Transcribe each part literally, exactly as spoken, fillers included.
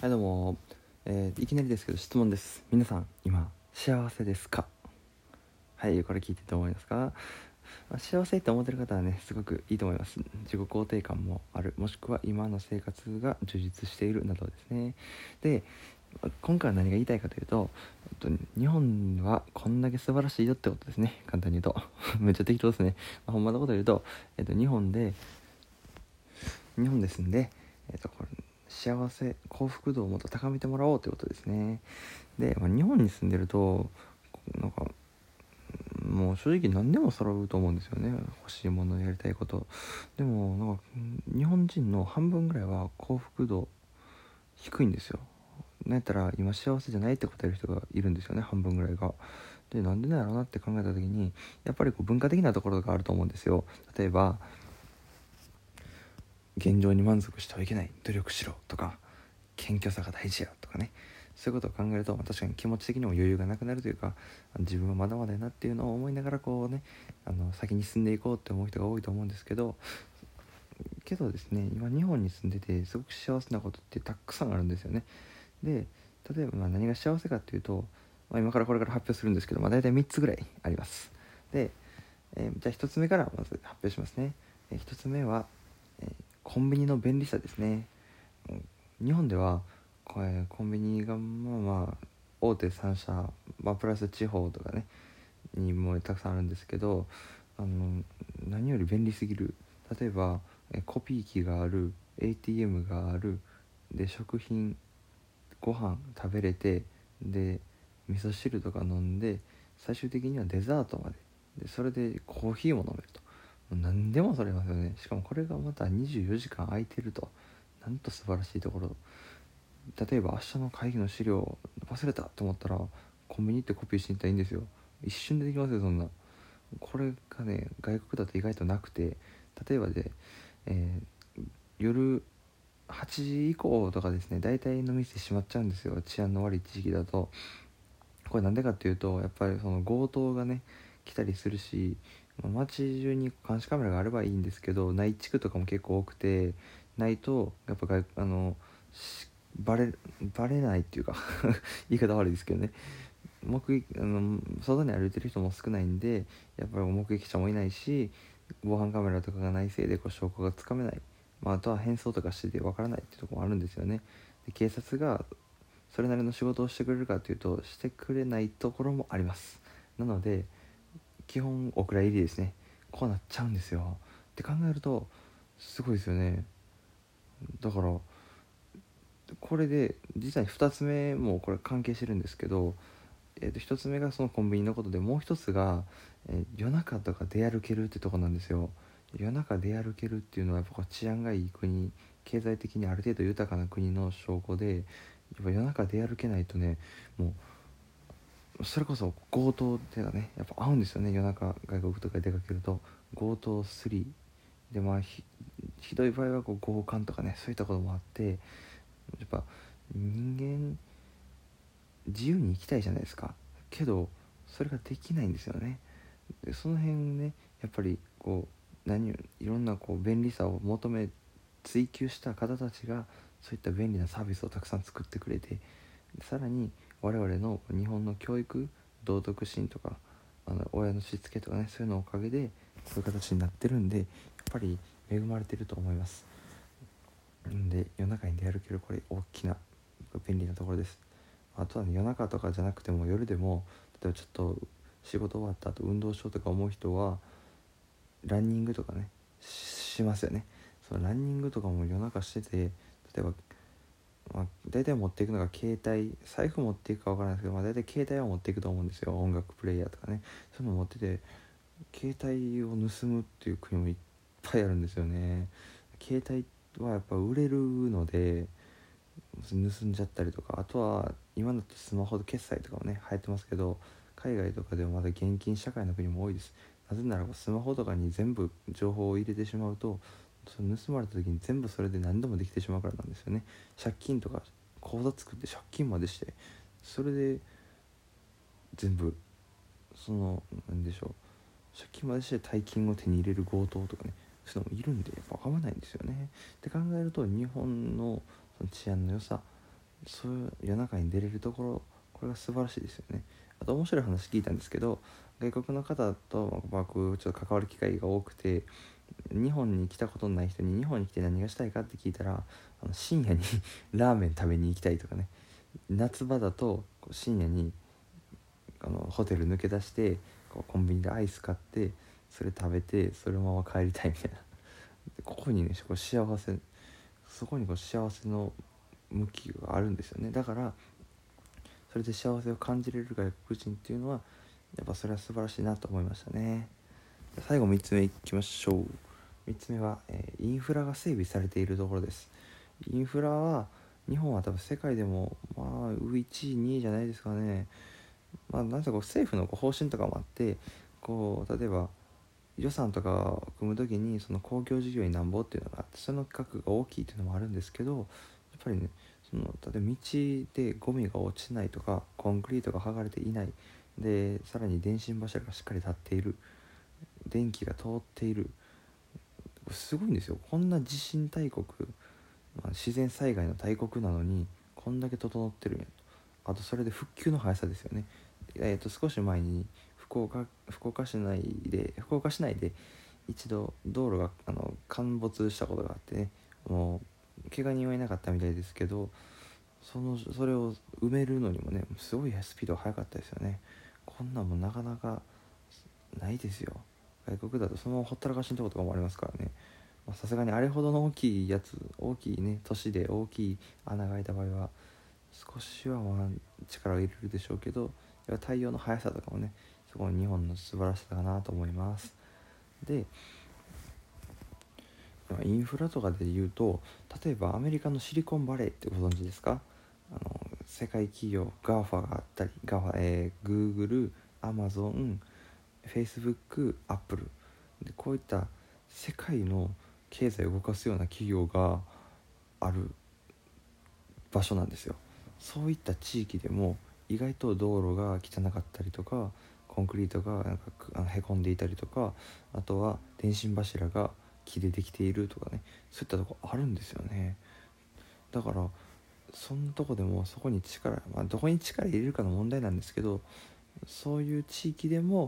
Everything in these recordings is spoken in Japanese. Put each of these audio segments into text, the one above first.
はいどうも、えー、いきなりですけど質問です。皆さん今幸せですか？はい、これ聞いてどう思いますか？まあ、幸せって思ってる方はねすごくいいと思います。自己肯定感もある、もしくは今の生活が充実しているなどですね。で、今回は何が言いたいかというと、えっと、日本はこんだけ素晴らしいよってことですね。簡単に言うとめっちゃ適当ですね。まあ、ほんまのこと言うと、えっと、日本で日本で住んで、えっと、これ幸せ幸福度をもっと高めてもらおうということですね。で、まあ、日本に住んでるとなんかもう正直何でも揃うと思うんですよね。欲しいものやりたいこと。でもなんか日本人の半分ぐらいは幸福度低いんですよ。なんやったら今幸せじゃないって答える人がいるんですよね、半分ぐらいが。で、なんでなんやろうなって考えた時に、やっぱりこう文化的なところがあると思うんですよ。例えば現状に満足してはいけない、努力しろとか、謙虚さが大事やとかね、そういうことを考えると、まあ、確かに気持ち的にも余裕がなくなるというか、自分はまだまだやなっていうのを思いながらこうね、あの先に進んでいこうって思う人が多いと思うんですけどけどですね、今日本に住んでてすごく幸せなことってたくさんあるんですよね。で、例えばまあ何が幸せかっていうと、まあ、今からこれから発表するんですけど、まあ、大体みっつぐらいあります。で、えー、じゃあひとつめからまず発表しますね。えー、ひとつめは、えーコンビニの便利さですね。日本ではこれコンビニがまあまあ大手さん社、まあ、プラス地方とかねにもたくさんあるんですけど、あの何より便利すぎる。例えばえコピー機がある、 エーティーエム がある、で食品ご飯食べれて、で味噌汁とか飲んで、最終的にはデザートまで、でそれでコーヒーも飲めると、もう何でもそれますよね。しかもこれがまたにじゅうよじかん空いてると、なんと素晴らしいところ。例えば明日の会議の資料忘れたと思ったらコンビニ行ってコピーしていったらいいんですよ。一瞬でできますよ、そんな。これがね外国だと意外となくて、例えばで、えー夜はちじ以降とかですね、大体の店閉まっちゃうんですよ、治安の悪い地域だと。これなんでかっていうと、やっぱりその強盗がね来たりするし、まあ街中に監視カメラがあればいいんですけど、内地区とかも結構多くて、ないとやっぱ外あのバレバレないっていうか言い方悪いですけどね、目撃あの外に歩いてる人も少ないんで、やっぱり目撃者もいないし、防犯カメラとかがないせいでこう証拠がつかめない、まあ、あとは変装とかしててわからないっていうところもあるんですよね。で、警察がそれなりの仕事をしてくれるかというとしてくれないところもあります。なので基本お蔵入りですね。こうなっちゃうんですよって考えるとすごいですよね。だからこれで実際ふたつめもこれ関係してるんですけど、えー、とひとつめがそのコンビニのことで、もう一つが、えー夜中とか出歩けるってとこなんですよ。夜中出歩けるっていうのはやっぱ治安がいい国、経済的にある程度豊かな国の証拠で、やっぱ夜中出歩けないとね、もうそれこそ強盗っていうのはねやっぱ合うんですよね。夜中外国とか出かけると強盗スリで、まあ ひ, ひどい場合はこう強姦とかね、そういったこともあって、やっぱ人間自由に生きたいじゃないですか。けどそれができないんですよね。でその辺ね、やっぱりこう何いろんなこう便利さを求め追求した方たちがそういった便利なサービスをたくさん作ってくれて、さらに我々の日本の教育、道徳心とかあの親のしつけとかね、そういうのおかげでこういう形になってるんで、やっぱり恵まれてると思います。んで夜中に出歩ける、これ大きな便利なところです。あとはね、夜中とかじゃなくても夜でも、例えばちょっと仕事終わった後運動しようとか思う人はランニングとかね し, しますよね。そのランニングとかも夜中してて、例えば、まあ、大体持っていくのが携帯、財布持っていくかわからないですけど、まあ、大体携帯は持っていくと思うんですよ。音楽プレイヤーとかね、そういうの持ってて、携帯を盗むっていう国もいっぱいあるんですよね。携帯はやっぱ売れるので盗んじゃったりとか、あとは今だとスマホで決済とかもね流行ってますけど、海外とかでもまだ現金社会の国も多いです。なぜならばスマホとかに全部情報を入れてしまうと、その盗まれた時に全部それで何度もできてしまうからなんですよね。借金とか口座作って借金までして、それで全部その何でしょう、借金までして大金を手に入れる強盗とかね、そういうのもいるんでやっぱ危ないんですよね。って考えると日本のその治安の良さそういう夜中に出れるところ、これが素晴らしいですよね。あと面白い話聞いたんですけど、外国の方と僕ちょっと関わる機会が多くて、日本に来たことのない人に日本に来て何がしたいかって聞いたら、あの深夜にラーメン食べに行きたいとかね、夏場だと深夜にあのホテル抜け出してこうコンビニでアイス買ってそれ食べてそれまま帰りたいみたいな。ここにねこう幸せそこにこう幸せの向きがあるんですよね。だからそれで幸せを感じれる外国人っていうのはやっぱそれは素晴らしいなと思いましたね。最後みっつめいきましょう。みっつめは、えー、インフラが整備されているところです。インフラは日本は多分世界でもまあいちいにいじゃないですかね。まあなぜか政府のこう方針とかもあってこう例えば予算とかを組むときにその公共事業になんぼっていうのがあって、その額が大きいっていうのもあるんですけど、やっぱりねその例えば道でゴミが落ちないとかコンクリートが剥がれていないで、さらに電信柱がしっかり立っている、電気が通っている、すごいんですよ。こんな地震大国、まあ、自然災害の大国なのにこんだけ整ってるんやと。あとそれで復旧の速さですよね。えー、と少し前に福岡福岡市内で福岡市内で一度道路があの陥没したことがあってね、もう怪我人はいなかったみたいですけど、そのそれを埋めるのにもねすごいスピードが速かったですよね。こんなんもなかなかないですよ。外国だとそのままほったらかしのとことかもありますからね。さすがにあれほどの大きいやつ大きいね都市で大きい穴が開いた場合は少しはまあ力を入れるでしょうけど、対応の速さとかもねすごい日本の素晴らしさかなと思います。でインフラとかで言うと、例えばアメリカのシリコンバレーってご存知ですか？あの世界企業 ガーファ があったり ガーファ、えー、Google、Amazon、Facebook、Apple で、こういった世界の経済を動かすような企業がある場所なんですよ。そういった地域でも意外と道路が汚かったりとかコンクリートがなんかあのへこんでいたりとか、あとは電信柱が木でできているとかね、そういったとこあるんですよね。だからそんなとこでもそこに力、まあ、どこに力入れるかの問題なんですけど、そういう地域でも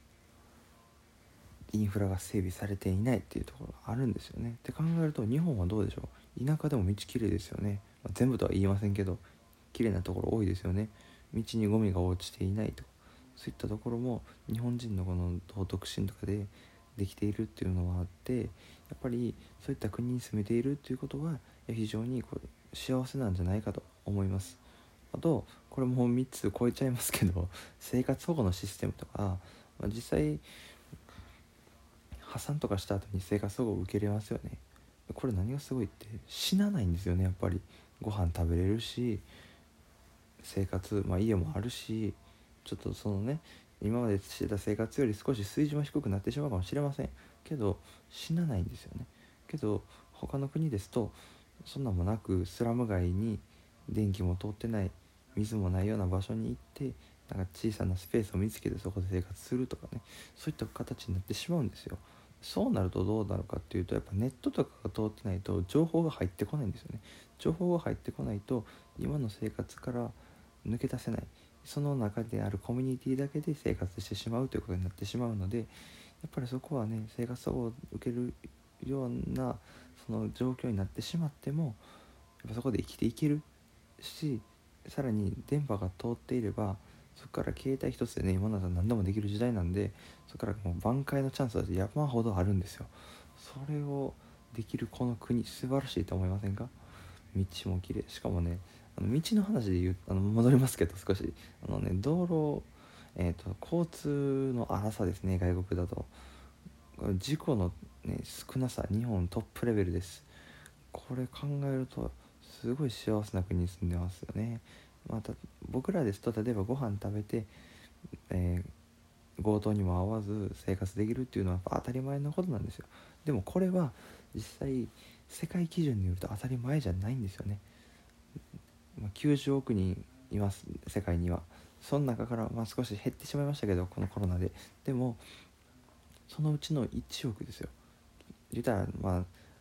インフラが整備されていないっていうところがあるんですよね。って考えると日本はどうでしょう。田舎でも道きれいですよね、まあ、全部とは言いませんけど綺麗なところ多いですよね。道にゴミが落ちていないとか、そういったところも日本人のこの道徳心とかでできているっていうのはあって、やっぱりそういった国に住めているっていうことは非常にこう幸せなんじゃないかと思います。あとこれもみっつ超えちゃいますけど生活保護のシステムとか、まあ、実際破産とかした後に生活保護を受けれますよね。これ何がすごいって死なないんですよね。やっぱりご飯食べれるし生活、まあ、家もあるし、ちょっとそのね今までしてた生活より少し水準は低くなってしまうかもしれませんけど死なないんですよね。けど他の国ですとそんなもなくスラム街に電気も通ってない水もないような場所に行ってなんか小さなスペースを見つけてそこで生活するとかね、そういった形になってしまうんですよ。そうなるとどうなるかっていうと、やっぱネットとかが通ってないと情報が入ってこないんですよね。情報が入ってこないと今の生活から抜け出せない、その中であるコミュニティだけで生活してしまうということになってしまうので、やっぱりそこはね生活保護を受けるようなその状況になってしまってもやっぱそこで生きていけるし、さらに電波が通っていればそこから携帯一つでね今なら何でもできる時代なんで、そこからもう挽回のチャンスは山ほどあるんですよ。それをできるこの国素晴らしいと思いませんか？道も綺麗、しかもねあの道の話で言うあの戻りますけど少しあのね道路、えーと、交通の荒さですね。外国だと事故の、ね、少なさ日本トップレベルです。これ考えるとすごい幸せな国に住んでますよね。また僕らですと例えばご飯食べて、えー、強盗にも遭わず生活できるっていうのはやっぱ当たり前のことなんですよ。でもこれは実際世界基準によると当たり前じゃないんですよね。まあ、きゅうじゅうおくにんいます世界には。その中からまあ少し減ってしまいましたけどこのコロナで。でもそのうちのいちおくですよ。言ったらまあ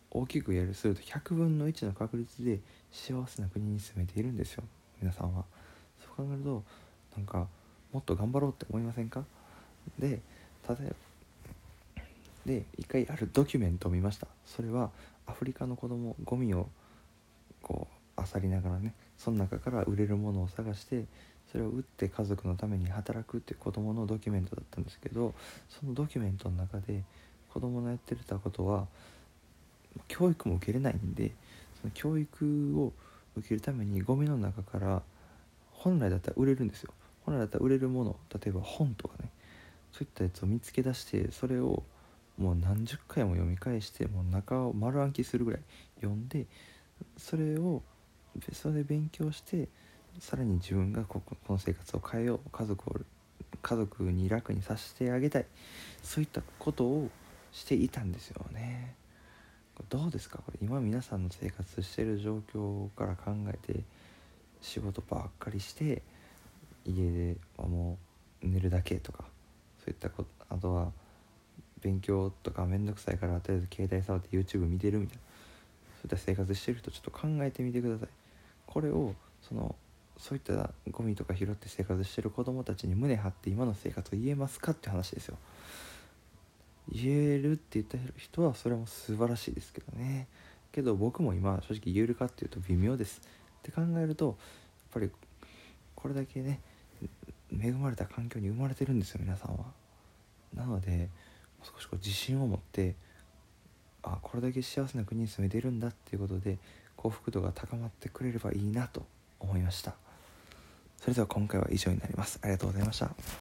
大きくやるするとひゃくぶんのいちの確率で幸せな国に住めているんですよ、皆さんは。そう考えるとなんかもっと頑張ろうって思いませんか？で、例えばで一回あるドキュメントを見ました。それはアフリカの子供ゴミをこう漁りながらね、その中から売れるものを探してそれを売って家族のために働くっていう子供のドキュメントだったんですけど、そのドキュメントの中で子供のやってたことは教育も受けれないんで、その教育を受けるためにゴミの中から本来だったら売れるんですよ。本来だったら売れるもの、例えば本とかね、そういったやつを見つけ出して、それをもう何十回も読み返して、もう中を丸暗記するぐらい読んで、それをそれで勉強して、さらに自分がここの生活を変えよう、家族を家族に楽にさせてあげたい、そういったことをしていたんですよね。どうですかこれ、今皆さんの生活している状況から考えて、仕事ばっかりして家ではもう寝るだけとか、そういったこと、あとは勉強とかめんどくさいからとりあえず携帯触って YouTube 見てるみたいな、そういった生活してる人ちょっと考えてみてください。これをそのそういったゴミとか拾って生活してる子供たちに胸張って今の生活を言えますかって話ですよ。言えるって言った人はそれも素晴らしいですけどね。けど僕も今正直言えるかっていうと微妙ですって考えると、やっぱりこれだけね恵まれた環境に生まれてるんですよ皆さんは。なので少しこう自信を持って、あ、これだけ幸せな国に住めてるんだっていうことで幸福度が高まってくれればいいなと思いました。それでは今回は以上になります。ありがとうございました。